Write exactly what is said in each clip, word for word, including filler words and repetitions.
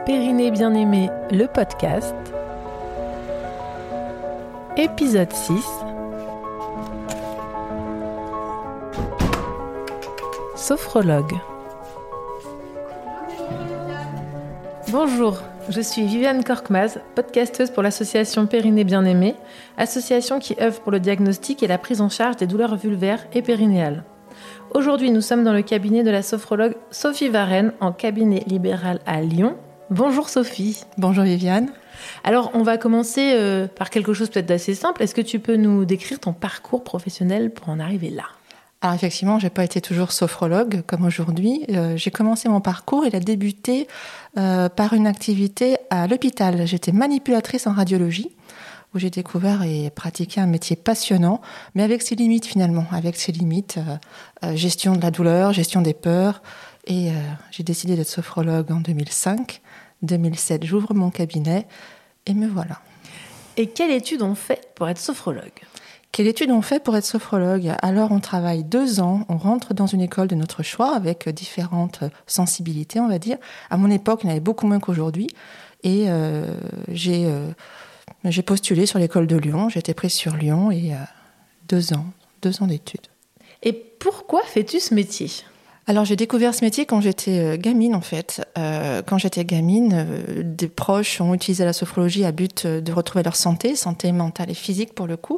Périnée bien-aimée, le podcast. Épisode six. Sophrologue. Bonjour, je suis Viviane Korkmaz, podcasteuse pour l'association Périnée bien-aimée, association qui œuvre pour le diagnostic et la prise en charge des douleurs vulvaires et périnéales. Aujourd'hui, nous sommes dans le cabinet de la sophrologue Sophie Varenne, en cabinet libéral à Lyon. Bonjour Sophie. Bonjour Viviane. Alors, on va commencer euh, par quelque chose peut-être d'assez simple. Est-ce que tu peux nous décrire ton parcours professionnel pour en arriver là ? Alors effectivement, je n'ai pas été toujours sophrologue comme aujourd'hui. Euh, j'ai commencé mon parcours, il a débuté euh, par une activité à l'hôpital. J'étais manipulatrice en radiologie, où j'ai découvert et pratiqué un métier passionnant, mais avec ses limites finalement, avec ses limites, euh, euh, gestion de la douleur, gestion des peurs. Et euh, j'ai décidé d'être sophrologue en deux mille cinq. deux mille sept, j'ouvre mon cabinet et me voilà. Et quelle étude on fait pour être sophrologue ? Quelle étude on fait pour être sophrologue ? Alors on travaille deux ans, on rentre dans une école de notre choix avec différentes sensibilités, on va dire. À mon époque, il y en avait beaucoup moins qu'aujourd'hui. Et euh, j'ai... Euh, J'ai postulé sur l'école de Lyon, j'ai été prise sur Lyon et euh, deux ans, deux ans d'études. Et pourquoi fais-tu ce métier ? Alors j'ai découvert ce métier quand j'étais euh, gamine en fait. Euh, quand j'étais gamine, euh, des proches ont utilisé la sophrologie à but de retrouver leur santé, santé mentale et physique pour le coup.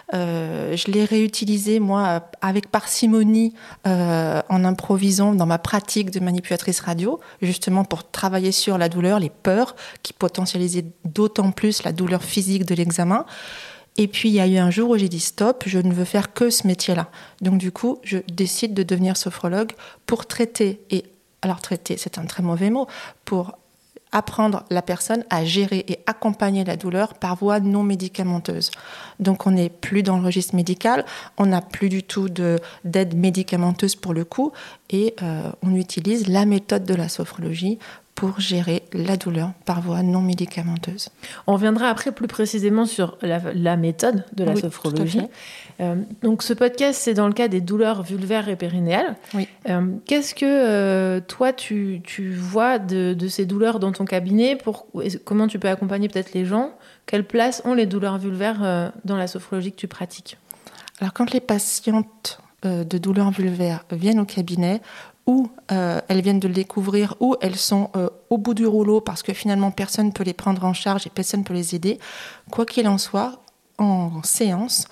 Euh, je l'ai réutilisé moi avec parcimonie euh, en improvisant dans ma pratique de manipulatrice radio, justement pour travailler sur la douleur, les peurs qui potentialisaient d'autant plus la douleur physique de l'examen. Et puis, il y a eu un jour où j'ai dit stop, je ne veux faire que ce métier-là. Donc, du coup, je décide de devenir sophrologue pour traiter, et alors traiter, c'est un très mauvais mot, pour apprendre la personne à gérer et accompagner la douleur par voie non médicamenteuse. Donc, on n'est plus dans le registre médical, on n'a plus du tout de, d'aide médicamenteuse pour le coup, et euh, on utilise la méthode de la sophrologie pour gérer la douleur par voie non médicamenteuse. On reviendra après plus précisément sur la, la méthode de la oui, sophrologie. Euh, donc ce podcast, c'est dans le cas des douleurs vulvaires et périnéales. Oui. Euh, qu'est-ce que euh, toi, tu, tu vois de, de ces douleurs dans ton cabinet pour, comment tu peux accompagner peut-être les gens ? Quelle place ont les douleurs vulvaires euh, dans la sophrologie que tu pratiques ? Alors quand les patientes euh, de douleurs vulvaires viennent au cabinet, ou euh, elles viennent de le découvrir, ou elles sont euh, au bout du rouleau parce que finalement personne ne peut les prendre en charge et personne ne peut les aider. Quoi qu'il en soit, en séance,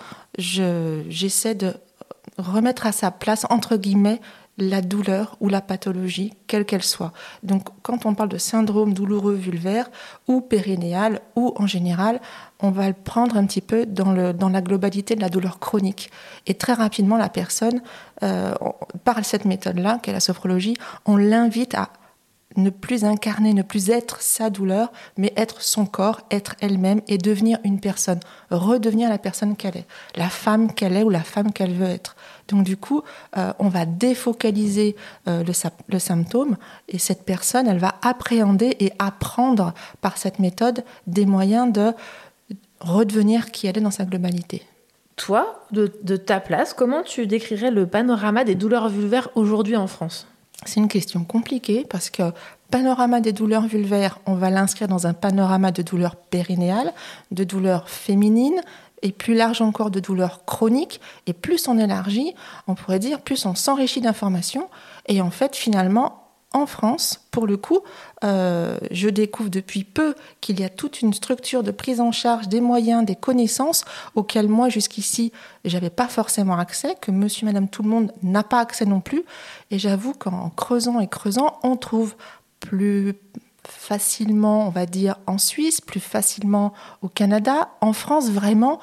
je, j'essaie de remettre à sa place, entre guillemets, la douleur ou la pathologie, quelle qu'elle soit. Donc, quand on parle de syndrome douloureux vulvaire ou périnéal ou en général, on va le prendre un petit peu dans, le, dans la globalité de la douleur chronique. Et très rapidement, la personne, euh, par cette méthode-là, qu'est la sophrologie, on l'invite à ne plus incarner, ne plus être sa douleur, mais être son corps, être elle-même et devenir une personne, redevenir la personne qu'elle est, la femme qu'elle est ou la femme qu'elle veut être. Donc du coup, euh, on va défocaliser euh, le, le symptôme et cette personne, elle va appréhender et apprendre par cette méthode des moyens de redevenir qui elle est dans sa globalité. Toi, de, de ta place, comment tu décrirais le panorama des douleurs vulvaires aujourd'hui en France ? C'est une question compliquée parce que panorama des douleurs vulvaires, on va l'inscrire dans un panorama de douleurs périnéales, de douleurs féminines et plus large encore de douleurs chroniques. Et plus on élargit, on pourrait dire, plus on s'enrichit d'informations. Et en fait, finalement, en France, pour le coup, euh, je découvre depuis peu qu'il y a toute une structure de prise en charge des moyens, des connaissances auxquelles moi, jusqu'ici, j'avais pas forcément accès, que monsieur, madame, tout le monde n'a pas accès non plus. Et j'avoue qu'en creusant et creusant, on trouve plus facilement, on va dire, en Suisse, plus facilement au Canada. En France, vraiment,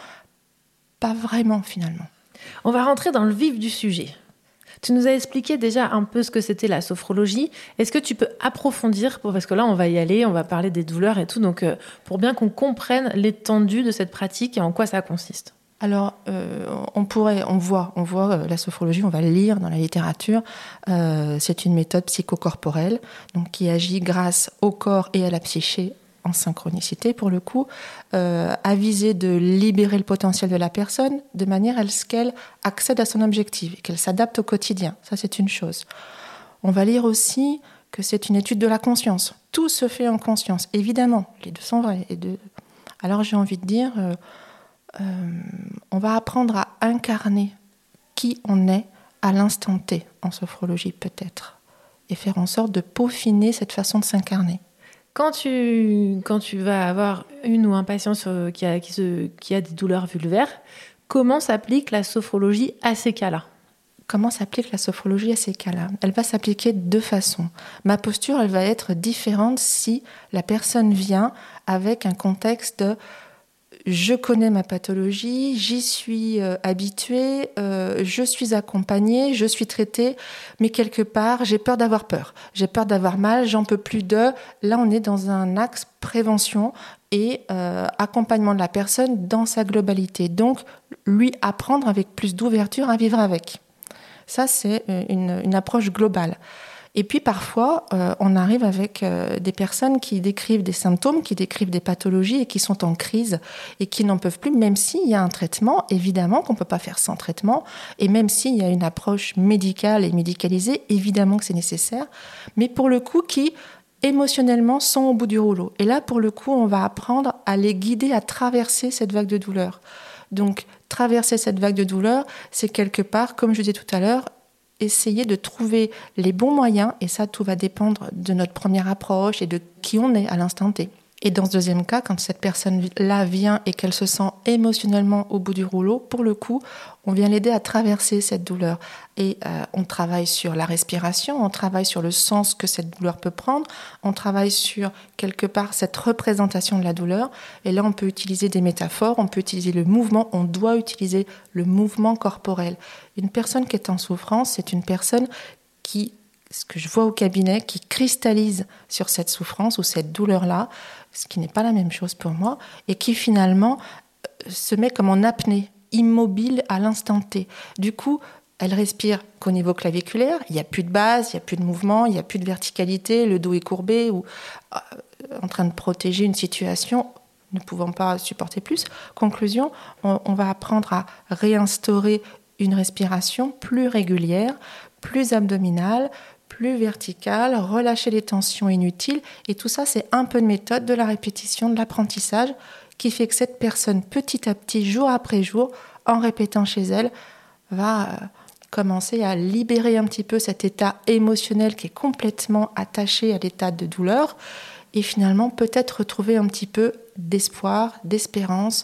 pas vraiment, finalement. On va rentrer dans le vif du sujet. Tu nous as expliqué déjà un peu ce que c'était la sophrologie. Est-ce que tu peux approfondir, parce que là, on va y aller, on va parler des douleurs et tout, donc euh, pour bien qu'on comprenne l'étendue de cette pratique et en quoi ça consiste. Alors, euh, on pourrait, on voit, on voit euh, la sophrologie, on va le lire dans la littérature. Euh, c'est une méthode psychocorporelle, donc qui agit grâce au corps et à la psyché en synchronicité pour le coup, euh, à viser de libérer le potentiel de la personne de manière à ce qu'elle accède à son objectif et qu'elle s'adapte au quotidien. Ça, c'est une chose. On va lire aussi que c'est une étude de la conscience. Tout se fait en conscience. Évidemment, les deux sont vrais. Les deux... Alors j'ai envie de dire, euh, euh, on va apprendre à incarner qui on est à l'instant T, en sophrologie peut-être, et faire en sorte de peaufiner cette façon de s'incarner. Quand tu, quand tu vas avoir une ou un patient sur, qui, a, qui, se, qui a des douleurs vulvaires, comment s'applique la sophrologie à ces cas-là ? Comment s'applique la sophrologie à ces cas-là ? Elle va s'appliquer de deux façons. Ma posture, elle va être différente si la personne vient avec un contexte de « je connais ma pathologie, j'y suis euh, habituée, euh, je suis accompagnée, je suis traitée, mais quelque part, j'ai peur d'avoir peur, j'ai peur d'avoir mal, j'en peux plus de… » Là, on est dans un axe prévention et euh, accompagnement de la personne dans sa globalité. Donc, lui apprendre avec plus d'ouverture à vivre avec. Ça, c'est une, une approche globale. Et puis parfois, euh, on arrive avec euh, des personnes qui décrivent des symptômes, qui décrivent des pathologies et qui sont en crise et qui n'en peuvent plus, même s'il y a un traitement, évidemment qu'on ne peut pas faire sans traitement, et même s'il y a une approche médicale et médicalisée, évidemment que c'est nécessaire, mais pour le coup, qui émotionnellement sont au bout du rouleau. Et là, pour le coup, on va apprendre à les guider à traverser cette vague de douleur. Donc, traverser cette vague de douleur, c'est quelque part, comme je disais tout à l'heure, essayer de trouver les bons moyens, et ça, tout va dépendre de notre première approche et de qui on est à l'instant T. Et dans ce deuxième cas, quand cette personne-là vient et qu'elle se sent émotionnellement au bout du rouleau, pour le coup, on vient l'aider à traverser cette douleur. Et euh, on travaille sur la respiration, on travaille sur le sens que cette douleur peut prendre, on travaille sur, quelque part, cette représentation de la douleur. Et là, on peut utiliser des métaphores, on peut utiliser le mouvement, on doit utiliser le mouvement corporel. Une personne qui est en souffrance, c'est une personne qui, ce que je vois au cabinet, qui cristallise sur cette souffrance ou cette douleur-là, ce qui n'est pas la même chose pour moi, et qui finalement se met comme en apnée, immobile à l'instant T. Du coup, elle respire qu'au niveau claviculaire, il n'y a plus de base, il n'y a plus de mouvement, il n'y a plus de verticalité, le dos est courbé ou euh, en train de protéger une situation, ne pouvant pas supporter plus. Conclusion, on, on va apprendre à réinstaurer une respiration plus régulière, plus abdominale, plus verticale, relâcher les tensions inutiles. Et tout ça, c'est un peu de méthode, de la répétition, de l'apprentissage, qui fait que cette personne, petit à petit, jour après jour, en répétant chez elle, va euh, commencer à libérer un petit peu cet état émotionnel qui est complètement attaché à l'état de douleur et finalement peut-être retrouver un petit peu d'espoir, d'espérance.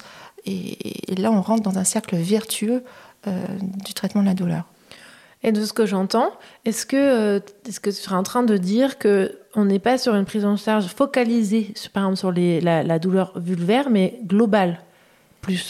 Et, et là, on rentre dans un cercle vertueux euh, du traitement de la douleur. Et de ce que j'entends, est-ce que, euh, est-ce que tu serais en train de dire qu'on n'est pas sur une prise en charge focalisée, sur, par exemple, sur les, la, la douleur vulvaire, mais globale, plus ?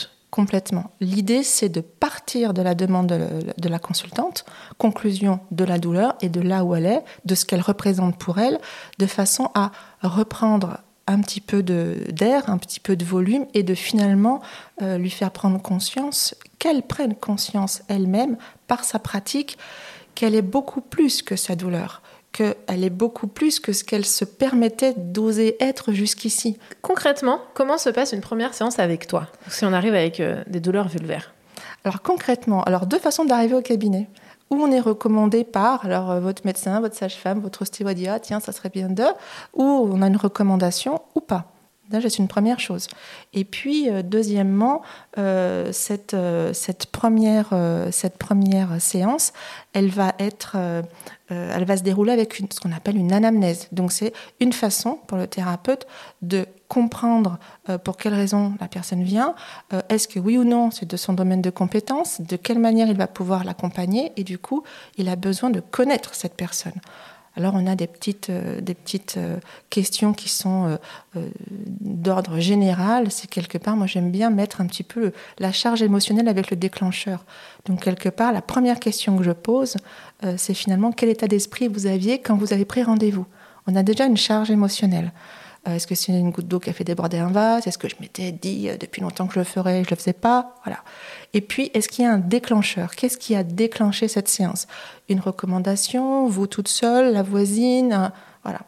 Complètement. L'idée, c'est de partir de la demande de, de la consultante, conclusion de la douleur et de là où elle est, de ce qu'elle représente pour elle, de façon à reprendre un petit peu de, d'air, un petit peu de volume et de finalement euh, lui faire prendre conscience, qu'elle prenne conscience elle-même par sa pratique, qu'elle est beaucoup plus que sa douleur, qu'elle est beaucoup plus que ce qu'elle se permettait d'oser être jusqu'ici. Concrètement, comment se passe une première séance avec toi, si on arrive avec euh, des douleurs vulvaires ? Alors concrètement, alors deux façons d'arriver au cabinet. Où on est recommandé par alors, euh, votre médecin, votre sage-femme, votre ostéo dit « Ah tiens, ça serait bien de… » ou on a une recommandation ou pas. Là, c'est une première chose. Et puis, euh, deuxièmement, euh, cette, euh, cette, première, euh, cette première séance, elle va, être, euh, euh, elle va se dérouler avec une, ce qu'on appelle une anamnèse. Donc, c'est une façon pour le thérapeute de comprendre euh, pour quelles raisons la personne vient, euh, est-ce que oui ou non c'est de son domaine de compétence, de quelle manière il va pouvoir l'accompagner, et du coup, il a besoin de connaître cette personne. Alors, on a des petites, euh, des petites euh, questions qui sont euh, euh, d'ordre général. C'est quelque part, moi, j'aime bien mettre un petit peu le, la charge émotionnelle avec le déclencheur. Donc, quelque part, la première question que je pose, euh, c'est finalement quel état d'esprit vous aviez quand vous avez pris rendez-vous. On a déjà une charge émotionnelle. Euh, est-ce que c'est une goutte d'eau qui a fait déborder un vase ? Est-ce que je m'étais dit euh, depuis longtemps que je le ferais, je ne le faisais pas ? Voilà. Et puis, est-ce qu'il y a un déclencheur ? Qu'est-ce qui a déclenché cette séance ? Une recommandation, vous toute seule, la voisine, un... voilà.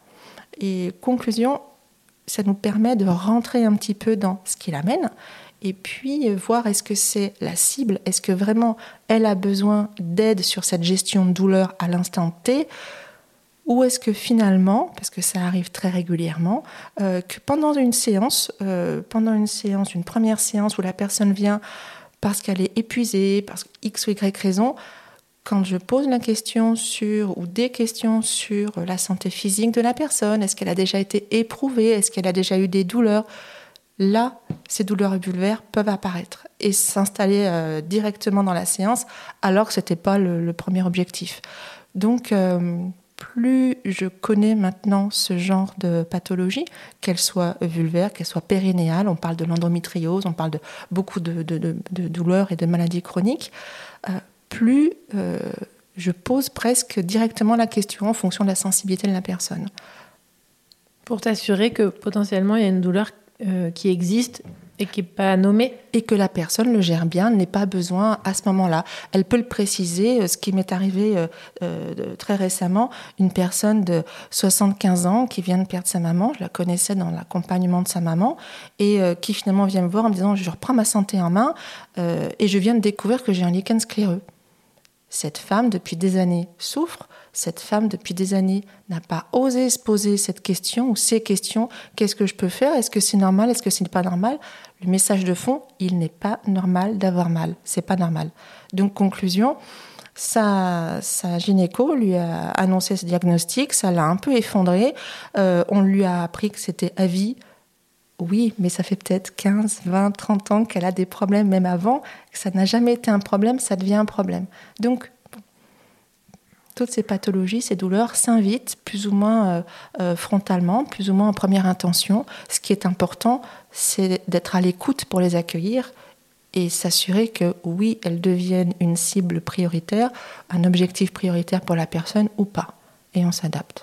Et conclusion, ça nous permet de rentrer un petit peu dans ce qui l'amène et puis voir est-ce que c'est la cible, est-ce que vraiment elle a besoin d'aide sur cette gestion de douleur à l'instant T, Ou est-ce que finalement, parce que ça arrive très régulièrement, euh, que pendant une séance, euh, pendant une séance, une première séance où la personne vient parce qu'elle est épuisée, parce que X ou Y raison, quand je pose la question sur, ou des questions sur la santé physique de la personne, est-ce qu'elle a déjà été éprouvée, est-ce qu'elle a déjà eu des douleurs, là, ces douleurs vulvaires peuvent apparaître et s'installer euh, directement dans la séance, alors que ce n'était pas le, le premier objectif. Donc, euh, plus je connais maintenant ce genre de pathologie, qu'elle soit vulvaire, qu'elle soit périnéale, on parle de l'endométriose, on parle de beaucoup de, de, de, de douleurs et de maladies chroniques, euh, plus euh, je pose presque directement la question en fonction de la sensibilité de la personne. Pour t'assurer que potentiellement il y a une douleur euh, qui existe et qui n'est pas nommée. Et que la personne le gère bien, n'ait pas besoin à ce moment-là. Elle peut le préciser, ce qui m'est arrivé euh, euh, très récemment, une personne de soixante-quinze ans qui vient de perdre sa maman, je la connaissais dans l'accompagnement de sa maman, et euh, qui finalement vient me voir en me disant « je reprends ma santé en main euh, et je viens de découvrir que j'ai un lichen scléreux ». Cette femme, depuis des années, souffre. Cette femme, depuis des années, n'a pas osé se poser cette question ou ces questions. Qu'est-ce que je peux faire ? Est-ce que c'est normal ? Est-ce que ce n'est pas normal ? Le message de fond, il n'est pas normal d'avoir mal. C'est pas normal. Donc, conclusion, sa, sa gynéco lui a annoncé ce diagnostic. Ça l'a un peu effondré. Euh, on lui a appris que c'était à vie. Oui, mais ça fait peut-être quinze, vingt, trente ans qu'elle a des problèmes, même avant, que ça n'a jamais été un problème, ça devient un problème. Donc, toutes ces pathologies, ces douleurs s'invitent plus ou moins euh, euh, frontalement, plus ou moins en première intention. Ce qui est important, c'est d'être à l'écoute pour les accueillir et s'assurer que, oui, elles deviennent une cible prioritaire, un objectif prioritaire pour la personne ou pas. Et on s'adapte.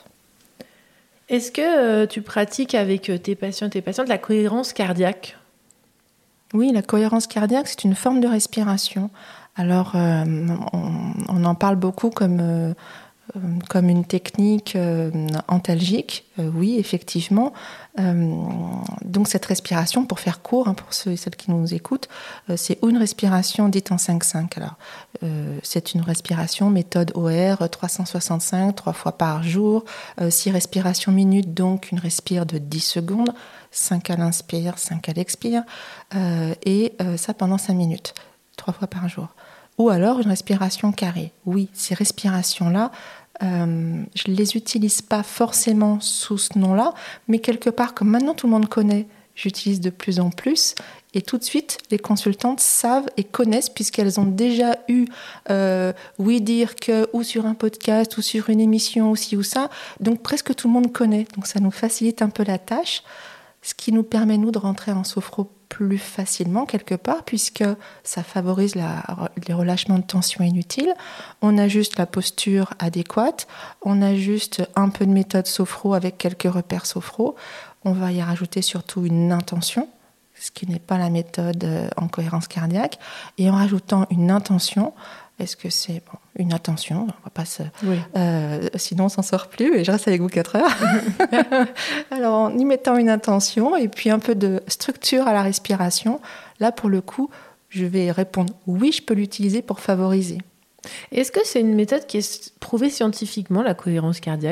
Est-ce que euh, tu pratiques avec tes patients et tes patientes la cohérence cardiaque ? Oui, la cohérence cardiaque, c'est une forme de respiration. Alors, euh, on, on en parle beaucoup comme, euh, comme une technique euh, antalgique. Euh, oui, effectivement. Euh, donc, cette respiration, pour faire court, hein, pour ceux et celles qui nous écoutent, euh, c'est une respiration dite en cinq cinq. Alors, euh, c'est une respiration méthode O R trois cent soixante-cinq, trois fois par jour, euh, six respirations minutes, donc une respire de dix secondes, cinq à l'inspire, cinq à l'expire, euh, et euh, ça pendant cinq minutes, trois fois par jour. Ou alors une respiration carrée. Oui, ces respirations-là, euh, je ne les utilise pas forcément sous ce nom-là, mais quelque part, comme maintenant tout le monde connaît, j'utilise de plus en plus. Et tout de suite, les consultantes savent et connaissent, puisqu'elles ont déjà eu euh, oui dire que, ou sur un podcast, ou sur une émission, ou ci ou ça. Donc presque tout le monde connaît. Donc ça nous facilite un peu la tâche, ce qui nous permet, nous, de rentrer en sophro plus facilement quelque part, puisque ça favorise la, les relâchements de tension inutiles. On ajuste la posture adéquate, on ajuste un peu de méthode sophro avec quelques repères sophro. On va y rajouter surtout une intention, ce qui n'est pas la méthode en cohérence cardiaque. Et en rajoutant une intention, est-ce que c'est bon, une intention ? On va pas se, oui. euh, sinon on s'en sort plus et je reste avec vous quatre heures. Alors en y mettant une intention et puis un peu de structure à la respiration, là pour le coup, je vais répondre oui, je peux l'utiliser pour favoriser. Est-ce que c'est une méthode qui est prouvée scientifiquement, la cohérence cardiaque ?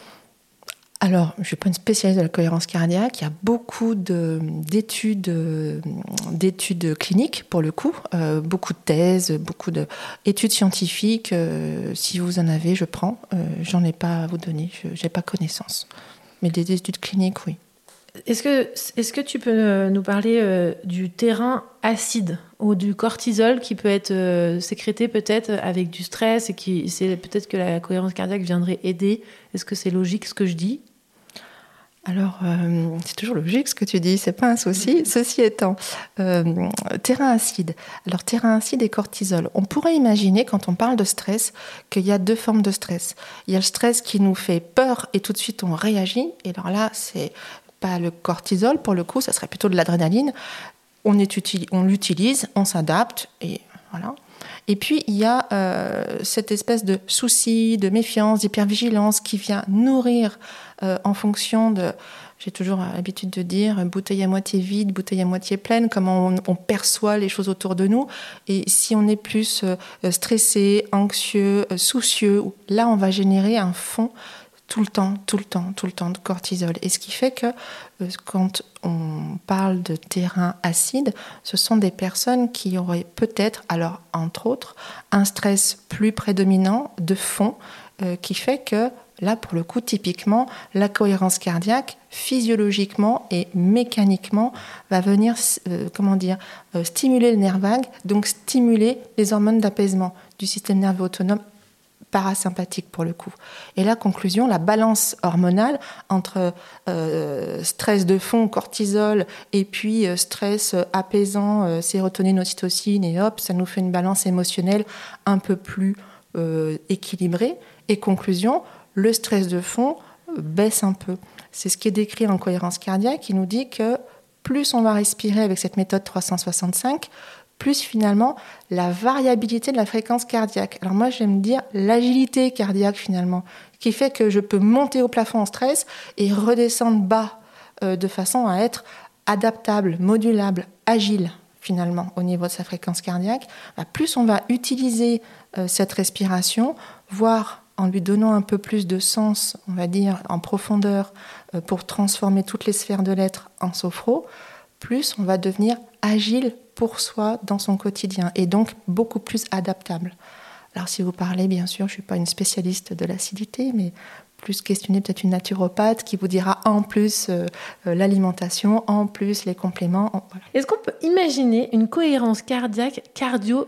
Alors, je ne suis pas une spécialiste de la cohérence cardiaque. Il y a beaucoup de, d'études, d'études cliniques, pour le coup. Euh, beaucoup de thèses, beaucoup d'études scientifiques. Euh, si vous en avez, je prends. Euh, j'en ai pas à vous donner. Je n'ai pas connaissance. Mais des études cliniques, oui. Est-ce que, est-ce que tu peux nous parler euh, du terrain acide ou du cortisol qui peut être euh, sécrété peut-être avec du stress et qui c'est peut-être que la cohérence cardiaque viendrait aider. Est-ce que c'est logique ce que je dis ? Alors, euh, c'est toujours logique ce que tu dis, c'est pas un souci. Ceci étant, euh, terrain acide. Alors, terrain acide et cortisol. On pourrait imaginer, quand on parle de stress, qu'il y a deux formes de stress. Il y a le stress qui nous fait peur et tout de suite on réagit. Et alors là, c'est pas le cortisol, pour le coup, ça serait plutôt de l'adrénaline. On, est util- on l'utilise, on s'adapte et voilà. Et puis, il y a euh, cette espèce de souci, de méfiance, d'hypervigilance qui vient nourrir euh, en fonction de... J'ai toujours l'habitude de dire bouteille à moitié vide, bouteille à moitié pleine, comment on, on perçoit les choses autour de nous. Et si on est plus euh, stressé, anxieux, euh, soucieux, là, on va générer un fond tout le temps, tout le temps, tout le temps de cortisol. Et ce qui fait que euh, quand on parle de terrain acide, ce sont des personnes qui auraient peut-être, alors entre autres, un stress plus prédominant de fond euh, qui fait que là, pour le coup, typiquement, la cohérence cardiaque, physiologiquement et mécaniquement, va venir euh, comment dire, euh, stimuler le nerf vague, donc stimuler les hormones d'apaisement du système nerveux autonome parasympathique pour le coup. Et la conclusion, la balance hormonale entre euh, stress de fond, cortisol, et puis euh, stress euh, apaisant, euh, sérotonine, ocytocine, et hop, ça nous fait une balance émotionnelle un peu plus euh, équilibrée. Et conclusion, le stress de fond euh, baisse un peu. C'est ce qui est décrit en cohérence cardiaque, qui nous dit que plus on va respirer avec cette méthode trois cent soixante-cinq, plus finalement la variabilité de la fréquence cardiaque. Alors moi j'aime dire l'agilité cardiaque finalement, qui fait que je peux monter au plafond en stress et redescendre bas euh, de façon à être adaptable, modulable, agile finalement au niveau de sa fréquence cardiaque. Bah, plus on va utiliser euh, cette respiration, voire en lui donnant un peu plus de sens, on va dire en profondeur, euh, pour transformer toutes les sphères de l'être en sophro, plus on va devenir agile pour soi dans son quotidien et donc beaucoup plus adaptable. Alors si vous parlez, bien sûr, je ne suis pas une spécialiste de l'acidité, mais plus questionner peut-être une naturopathe qui vous dira en plus euh, l'alimentation, en plus les compléments. En, voilà. Est-ce qu'on peut imaginer une cohérence cardiaque cardio-vulvaire ?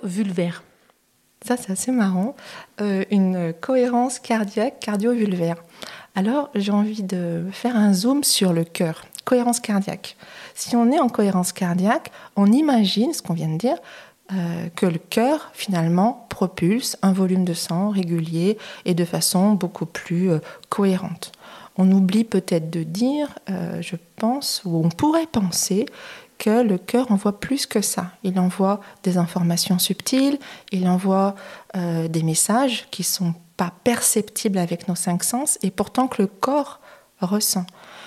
Ça, c'est assez marrant. Euh, une cohérence cardiaque cardio-vulvaire. Alors, j'ai envie de faire un zoom sur le cœur. Cohérence cardiaque. Si on est en cohérence cardiaque, on imagine, ce qu'on vient de dire, euh, que le cœur, finalement, propulse un volume de sang régulier et de façon beaucoup plus euh, cohérente. On oublie peut-être de dire, euh, je pense, ou on pourrait penser, que le cœur envoie plus que ça. Il envoie des informations subtiles, il envoie euh, des messages qui ne sont pas perceptibles avec nos cinq sens et pourtant que le corps ressent.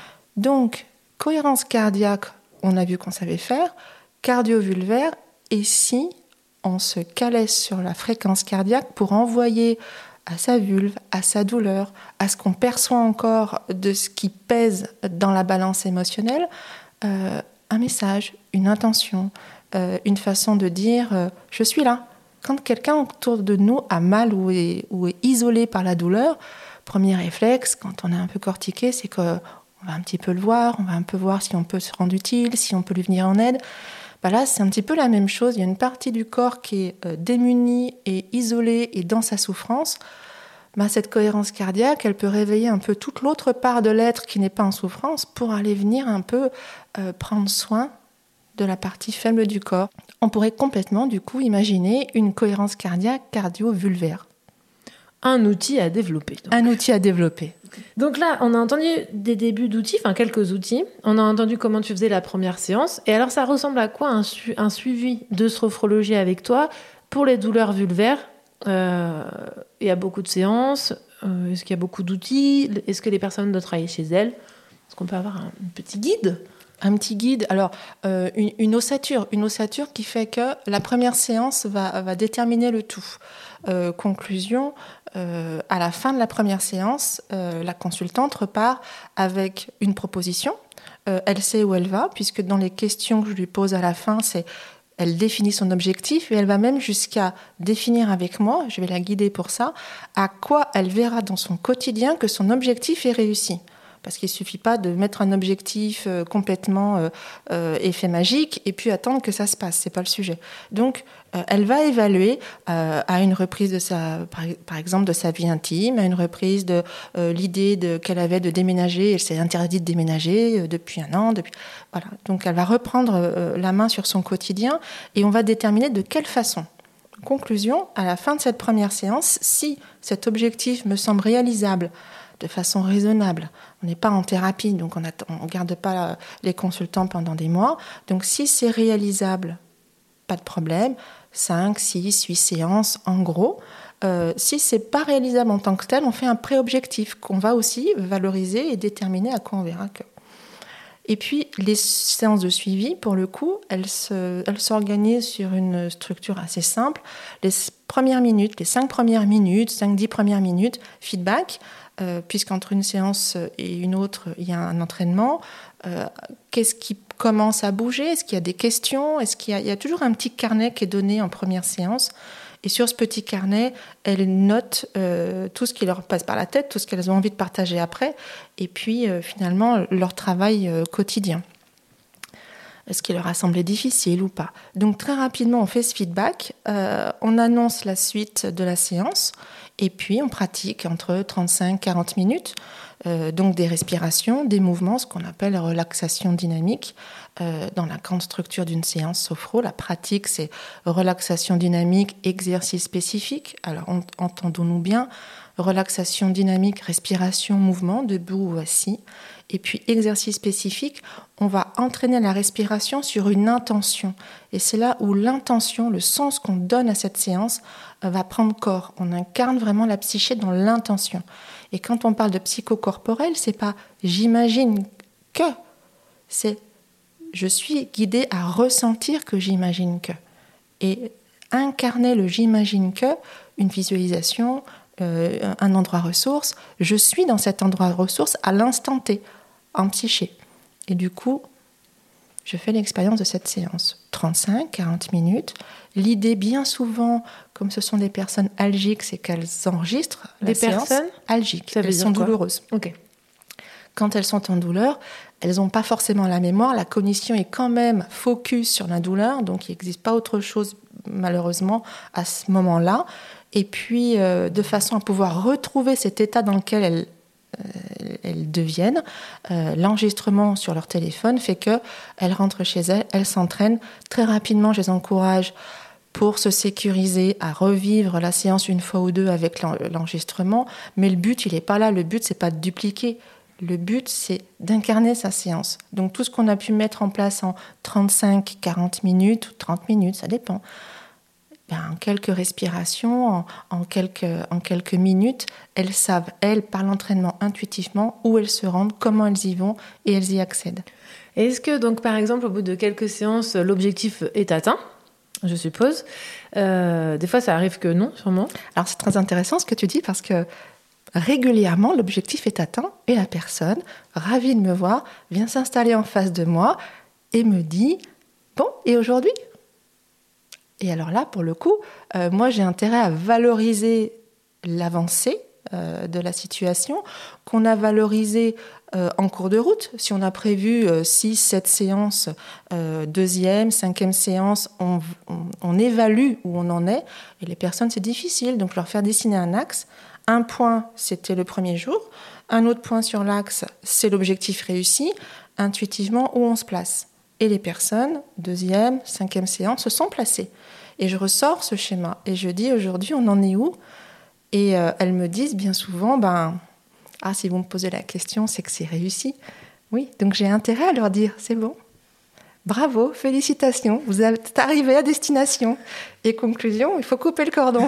Donc, cohérence cardiaque, on a vu qu'on savait faire. Cardio-vulvaire, et si on se calait sur la fréquence cardiaque pour envoyer à sa vulve, à sa douleur, à ce qu'on perçoit encore de ce qui pèse dans la balance émotionnelle, euh, un message, une intention, euh, une façon de dire euh, « je suis là ». Quand quelqu'un autour de nous a mal ou est, ou est isolé par la douleur, premier réflexe, quand on est un peu cortiqué, c'est qu'on va un petit peu le voir, on va un peu voir si on peut se rendre utile, si on peut lui venir en aide. Ben là, c'est un petit peu la même chose. Il y a une partie du corps qui est euh, démunie et isolée et dans sa souffrance. Ben, cette cohérence cardiaque, elle peut réveiller un peu toute l'autre part de l'être qui n'est pas en souffrance pour aller venir un peu euh, prendre soin de la partie faible du corps. On pourrait complètement, du coup, imaginer une cohérence cardiaque cardio-vulvaire. Un outil à développer. Donc. Un outil à développer. Donc là, on a entendu des débuts d'outils, enfin quelques outils. On a entendu comment tu faisais la première séance. Et alors, ça ressemble à quoi un, su- un suivi de sophrologie avec toi pour les douleurs vulvaires ? Euh, il y a beaucoup de séances. Euh, est-ce qu'il y a beaucoup d'outils ? Est-ce que les personnes doivent travailler chez elles ? Est-ce qu'on peut avoir un, un petit guide ? Un petit guide, alors euh, une, une ossature, une ossature qui fait que la première séance va, va déterminer le tout. Euh, conclusion, euh, à la fin de la première séance, euh, la consultante repart avec une proposition. Euh, elle sait où elle va, puisque dans les questions que je lui pose à la fin, c'est elle définit son objectif et elle va même jusqu'à définir avec moi, je vais la guider pour ça, à quoi elle verra dans son quotidien que son objectif est réussi. Parce qu'il ne suffit pas de mettre un objectif euh, complètement euh, euh, effet magique et puis attendre que ça se passe. Ce n'est pas le sujet. Donc, euh, elle va évaluer euh, à une reprise, de sa, par, par exemple, de sa vie intime, à une reprise de euh, l'idée de, qu'elle avait de déménager. Elle s'est interdite de déménager euh, depuis un an. Depuis, voilà. Donc, elle va reprendre euh, la main sur son quotidien et on va déterminer de quelle façon. Conclusion, à la fin de cette première séance, si cet objectif me semble réalisable, de façon raisonnable. On n'est pas en thérapie, donc on ne garde pas les consultants pendant des mois. Donc si c'est réalisable, pas de problème, cinq, six, huit séances en gros. Euh, si ce n'est pas réalisable en tant que tel, on fait un pré-objectif qu'on va aussi valoriser et déterminer à quoi on verra que. Et puis les séances de suivi, pour le coup, elles, se, elles s'organisent sur une structure assez simple. Les premières minutes, les cinq premières minutes, cinq, dix premières minutes, feedback. euh, puisqu'entre une séance et une autre, il y a un entraînement. Euh, qu'est-ce qui commence à bouger? Est-ce qu'il y a des questions? Est-ce qu'il y a, il y a toujours un petit carnet qui est donné en première séance. Et sur ce petit carnet, elles notent euh, tout ce qui leur passe par la tête, tout ce qu'elles ont envie de partager après, et puis euh, finalement leur travail euh, quotidien. Ce qui leur a semblé difficile ou pas. Donc très rapidement, on fait ce feedback, euh, on annonce la suite de la séance, et puis on pratique entre trente-cinq à quarante minutes, euh, donc des respirations, des mouvements, ce qu'on appelle relaxation dynamique. Euh, dans la grande structure d'une séance sophro, la pratique, c'est relaxation dynamique, exercice spécifique. Alors on, entendons-nous bien, relaxation dynamique, respiration, mouvement, debout ou assis. Et puis exercice spécifique, on va entraîner la respiration sur une intention. Et c'est là où l'intention, le sens qu'on donne à cette séance va prendre corps. On incarne vraiment la psyché dans l'intention. Et quand on parle de psychocorporel, c'est pas j'imagine que, c'est je suis guidée à ressentir que j'imagine que. Et incarner le j'imagine que, une visualisation, euh, un endroit ressource, je suis dans cet endroit ressource à l'instant T, en psyché. Et du coup, je fais l'expérience de cette séance. trente-cinq à quarante minutes. L'idée, bien souvent, comme ce sont des personnes algiques, c'est qu'elles enregistrent la des séance. Des personnes algiques, elles sont quoi? douloureuses. Ok. Quand elles sont en douleur, elles n'ont pas forcément la mémoire. La cognition est quand même focus sur la douleur, donc il n'existe pas autre chose, malheureusement, à ce moment-là. Et puis, euh, de façon à pouvoir retrouver cet état dans lequel elles, euh, elles deviennent, euh, l'enregistrement sur leur téléphone fait qu'elles rentrent chez elles, elles s'entraînent. Très rapidement, je les encourage pour se sécuriser à revivre la séance une fois ou deux avec l'enregistrement. Mais le but, il n'est pas là. Le but, ce n'est pas de dupliquer. Le but, c'est d'incarner sa séance. Donc, tout ce qu'on a pu mettre en place en trente-cinq à quarante minutes ou trente minutes, ça dépend. Ben, en quelques respirations, en, en, quelques, en quelques minutes, elles savent, elles, par l'entraînement intuitivement, où elles se rendent, comment elles y vont et elles y accèdent. Et est-ce que, donc, par exemple, au bout de quelques séances, l'objectif est atteint, je suppose? euh, Des fois, ça arrive que non, sûrement. Alors, c'est très intéressant ce que tu dis parce que régulièrement, l'objectif est atteint et la personne, ravie de me voir, vient s'installer en face de moi et me dit « Bon, et aujourd'hui ?» Et alors là, pour le coup, euh, moi, j'ai intérêt à valoriser l'avancée euh, de la situation qu'on a valorisée euh, en cours de route. Si on a prévu euh, six, sept séances, euh, deuxième, cinquième séance, on, on, on évalue où on en est. Et les personnes, c'est difficile, donc leur faire dessiner un axe. Un point, c'était le premier jour. Un autre point sur l'axe, c'est l'objectif réussi. Intuitivement, où on se place. Et les personnes, deuxième, cinquième séance, se sont placées. Et je ressors ce schéma. Et je dis, aujourd'hui, on en est où? Et euh, elles me disent bien souvent, ben, ah, si vous me posez la question, c'est que c'est réussi. Oui, donc j'ai intérêt à leur dire, c'est bon. Bravo, félicitations, vous êtes arrivés à destination. Et conclusion, il faut couper le cordon.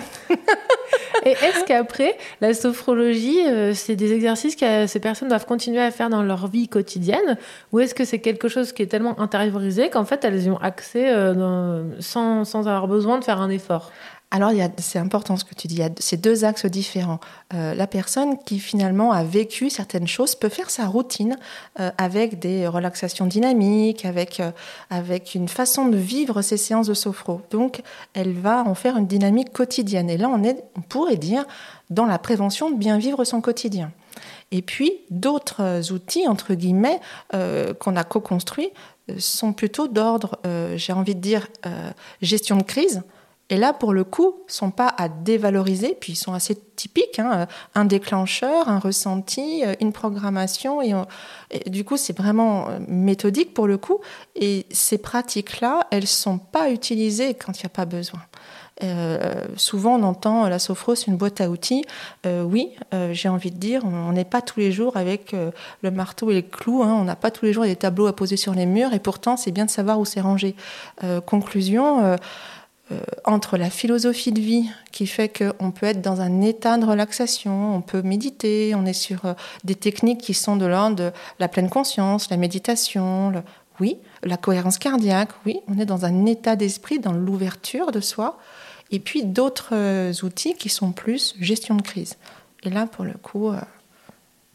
Et est-ce qu'après, la sophrologie, euh, c'est des exercices que ces personnes doivent continuer à faire dans leur vie quotidienne? Ou est-ce que c'est quelque chose qui est tellement intériorisé qu'en fait, elles y ont accès euh, dans, sans, sans avoir besoin de faire un effort? Alors, il y a, c'est important ce que tu dis, il y a ces deux axes différents. Euh, la personne qui finalement a vécu certaines choses peut faire sa routine euh, avec des relaxations dynamiques, avec, euh, avec une façon de vivre ses séances de sophro. Donc, elle va en faire une dynamique quotidienne. Et là, on est, on pourrait dire, dans la prévention de bien vivre son quotidien. Et puis, d'autres outils, entre guillemets, euh, qu'on a co-construits, sont plutôt d'ordre, euh, j'ai envie de dire, euh, gestion de crise. Et là, pour le coup, ne sont pas à dévaloriser, puis ils sont assez typiques, hein, un déclencheur, un ressenti, une programmation. Et, on, et du coup, c'est vraiment méthodique pour le coup. Et ces pratiques-là, elles ne sont pas utilisées quand il n'y a pas besoin. Euh, souvent, on entend la sophro, c'est une boîte à outils. Euh, oui, euh, j'ai envie de dire, on n'est pas tous les jours avec euh, le marteau et les clous. Hein, on n'a pas tous les jours des tableaux à poser sur les murs. Et pourtant, c'est bien de savoir où c'est rangé. Euh, conclusion... Euh, Euh, entre la philosophie de vie qui fait qu'on peut être dans un état de relaxation, on peut méditer, on est sur euh, des techniques qui sont de l'ordre de la pleine conscience, la méditation, le, oui, la cohérence cardiaque, oui, on est dans un état d'esprit, dans l'ouverture de soi, et puis d'autres euh, outils qui sont plus gestion de crise. Et là, pour le coup, euh,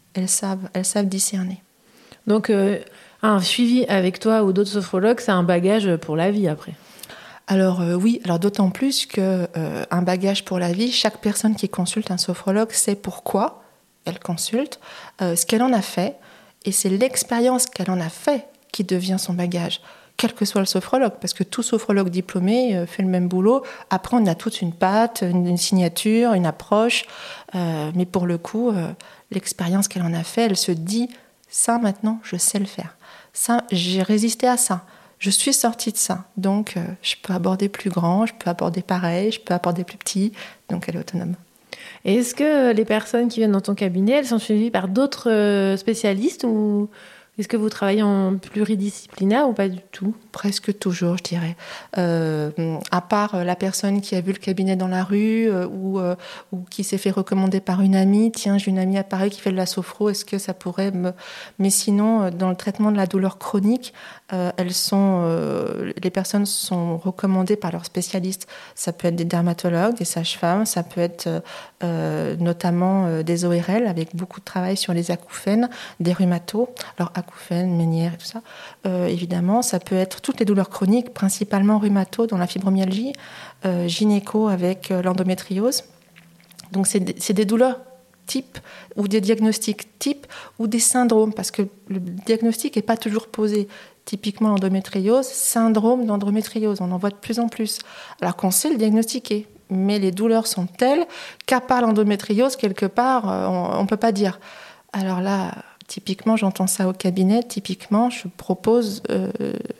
Elles savent, elles savent discerner. Donc, euh, un suivi avec toi ou d'autres sophrologues, c'est un bagage pour la vie après. Alors euh, oui, alors d'autant plus que euh, un bagage pour la vie, chaque personne qui consulte un sophrologue sait pourquoi elle consulte, euh, ce qu'elle en a fait, et c'est l'expérience qu'elle en a fait qui devient son bagage, quel que soit le sophrologue, parce que tout sophrologue diplômé euh, fait le même boulot. Après, on a toute une patte, une, une signature, une approche, euh, mais pour le coup, euh, l'expérience qu'elle en a fait, elle se dit, ça maintenant, je sais le faire. Ça, j'ai résisté à ça. Je suis sortie de ça, donc euh, je peux aborder plus grand, je peux aborder pareil, je peux aborder plus petit, donc elle est autonome. Et est-ce que les personnes qui viennent dans ton cabinet, elles sont suivies par d'autres spécialistes ou est-ce que vous travaillez en pluridisciplinaire ou pas du tout ? Presque toujours, je dirais. Euh, à part la personne qui a vu le cabinet dans la rue euh, ou, euh, ou qui s'est fait recommander par une amie. Tiens, j'ai une amie à Paris qui fait de la sophro, est-ce que ça pourrait me... Mais sinon, dans le traitement de la douleur chronique, euh, elles sont, euh, les personnes sont recommandées par leurs spécialistes. Ça peut être des dermatologues, des sages-femmes, ça peut être euh, notamment euh, des O R L avec beaucoup de travail sur les acouphènes, des rhumatos. Alors, acouphènes, ménières et tout ça. Euh, évidemment, ça peut être toutes les douleurs chroniques, principalement rhumato dans la fibromyalgie, euh, gynéco avec euh, l'endométriose. Donc, c'est des, c'est des douleurs type ou des diagnostics type ou des syndromes, parce que le diagnostic n'est pas toujours posé. Typiquement, l'endométriose, syndrome d'endométriose, on en voit de plus en plus, alors qu'on sait le diagnostiquer. Mais les douleurs sont telles qu'à part l'endométriose, quelque part, euh, on ne peut pas dire. Alors là... Typiquement, j'entends ça au cabinet. Typiquement, je propose euh,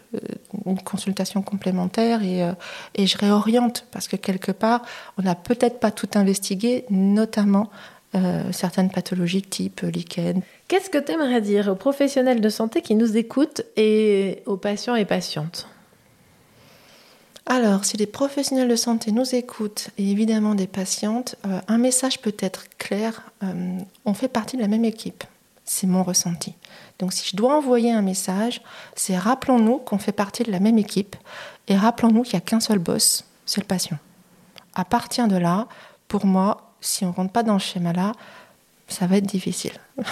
une consultation complémentaire et, euh, et je réoriente parce que quelque part, on n'a peut-être pas tout investigué, notamment euh, certaines pathologies type lichen. Qu'est-ce que tu aimerais dire aux professionnels de santé qui nous écoutent et aux patients et patientes ? Alors, si les professionnels de santé nous écoutent, et évidemment des patientes, euh, un message peut être clair. Euh, on fait partie de la même équipe. C'est mon ressenti. Donc si je dois envoyer un message, c'est rappelons-nous qu'on fait partie de la même équipe et rappelons-nous qu'il n'y a qu'un seul boss, c'est le patient. À partir de là, pour moi, si on ne rentre pas dans ce schéma-là, ça va être difficile.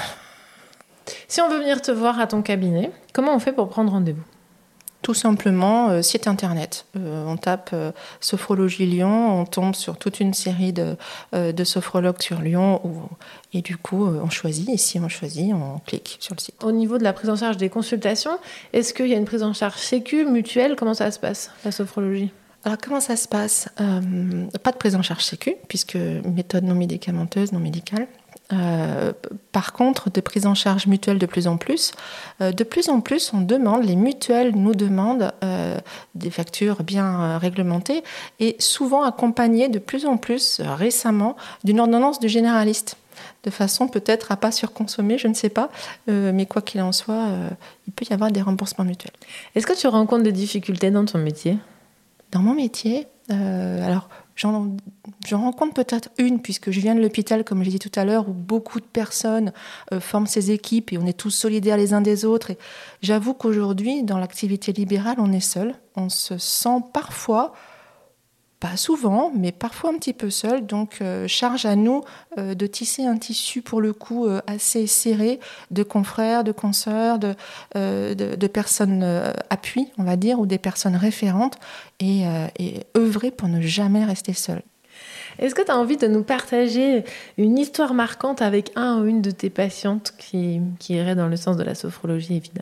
Si on veut venir te voir à ton cabinet, comment on fait pour prendre rendez-vous ? Tout simplement, euh, site internet. Euh, on tape euh, Sophrologie Lyon, on tombe sur toute une série de, euh, de sophrologues sur Lyon où, et du coup, euh, on choisit. Et si on choisit, on clique sur le site. Au niveau de la prise en charge des consultations, est-ce qu'il y a une prise en charge sécu, mutuelle ? Comment ça se passe, la sophrologie ? Alors, comment ça se passe ? euh, Pas de prise en charge sécu, puisque méthode non médicamenteuse, non médicale. Euh, par contre, de prise en charge mutuelle de plus en plus. Euh, de plus en plus, on demande, les mutuelles nous demandent euh, des factures bien euh, réglementées et souvent accompagnées de plus en plus euh, récemment d'une ordonnance du généraliste. De façon peut-être à pas surconsommer, je ne sais pas, euh, mais quoi qu'il en soit, euh, il peut y avoir des remboursements mutuels. Est-ce que tu rencontres des difficultés dans ton métier ? Dans mon métier, euh, alors j'en, j'en rencontre peut-être une, puisque je viens de l'hôpital, comme je l'ai dit tout à l'heure, où beaucoup de personnes euh, forment ces équipes et on est tous solidaires les uns des autres. Et j'avoue qu'aujourd'hui, dans l'activité libérale, on est seul. On se sent parfois, pas souvent, mais parfois un petit peu seul. Donc, euh, charge à nous euh, de tisser un tissu, pour le coup, euh, assez serré, de confrères, de consoeurs, de, euh, de, de personnes euh, appui, on va dire, ou des personnes référentes, et, euh, et œuvrer pour ne jamais rester seul. Est-ce que tu as envie de nous partager une histoire marquante avec un ou une de tes patientes qui, qui irait dans le sens de la sophrologie, évidemment ?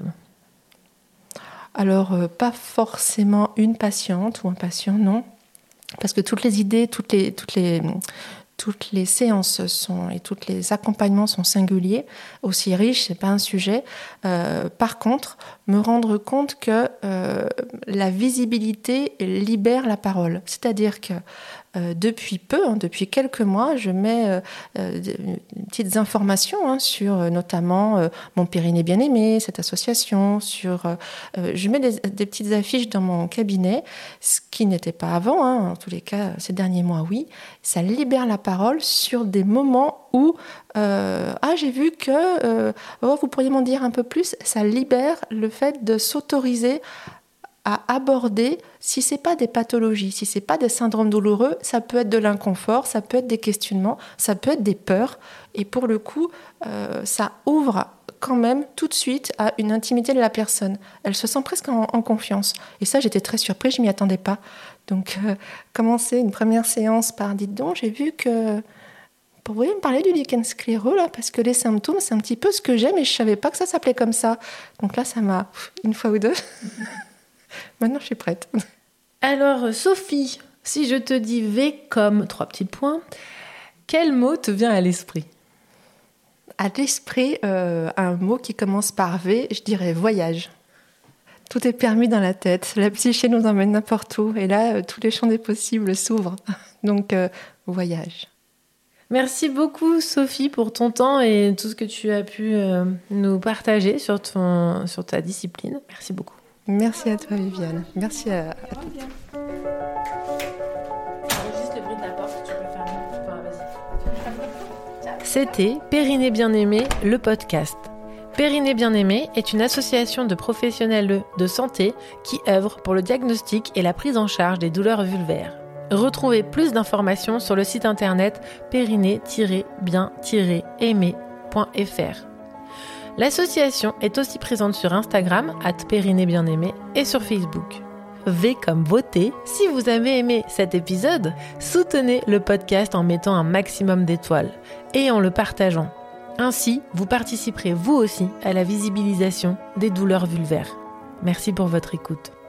Alors, euh, pas forcément une patiente ou un patient, non. Parce que toutes les idées, toutes les, toutes les, toutes les séances sont, et tous les accompagnements sont singuliers, aussi riches, c'est pas un sujet. Euh, par contre, me rendre compte que euh, la visibilité libère la parole. C'est-à-dire que Euh, depuis peu, hein, depuis quelques mois, je mets euh, euh, des petites informations hein, sur euh, notamment euh, mon Périnée bien-aimé, cette association, sur, euh, euh, je mets des, des petites affiches dans mon cabinet, ce qui n'était pas avant, hein, en tous les cas ces derniers mois, oui. Ça libère la parole sur des moments où euh, ah j'ai vu que euh, oh, vous pourriez m'en dire un peu plus. Ça libère le fait de s'autoriser à aborder, si c'est pas des pathologies, si c'est pas des syndromes douloureux, ça peut être de l'inconfort, ça peut être des questionnements, ça peut être des peurs. Et pour le coup, euh, ça ouvre quand même tout de suite à une intimité de la personne. Elle se sent presque en, en confiance. Et ça, j'étais très surprise, je m'y attendais pas. Donc, euh, commencer une première séance par « dites donc, j'ai vu que... » Vous pouvez me parler du lichen scléreux, là, parce que les symptômes, c'est un petit peu ce que j'ai, mais je savais pas que ça s'appelait comme ça. Donc là, ça m'a... Une fois ou deux. Maintenant, je suis prête. Alors, Sophie, si je te dis V comme trois petits points, quel mot te vient à l'esprit ? À l'esprit, euh, un mot qui commence par V, je dirais voyage. Tout est permis dans la tête. La psyché nous emmène n'importe où. Et là, euh, tous les champs des possibles s'ouvrent. Donc, euh, voyage. Merci beaucoup, Sophie, pour ton temps et tout ce que tu as pu euh, nous partager sur, ton, sur ta discipline. Merci beaucoup. Merci à toi, Viviane. Merci à, à toutes. Juste le bruit de la porte, tu peux fermer. Enfin, vas-y. C'était Périnée Bien-Aimée, le podcast. Périnée Bien-Aimée est une association de professionnels de santé qui œuvre pour le diagnostic et la prise en charge des douleurs vulvaires. Retrouvez plus d'informations sur le site internet périnée tiret bien tiret aimé point f r. L'association est aussi présente sur Instagram, arobase périnée bien aimée, et sur Facebook. V comme voter. Si vous avez aimé cet épisode, soutenez le podcast en mettant un maximum d'étoiles et en le partageant. Ainsi, vous participerez vous aussi à la visibilisation des douleurs vulvaires. Merci pour votre écoute.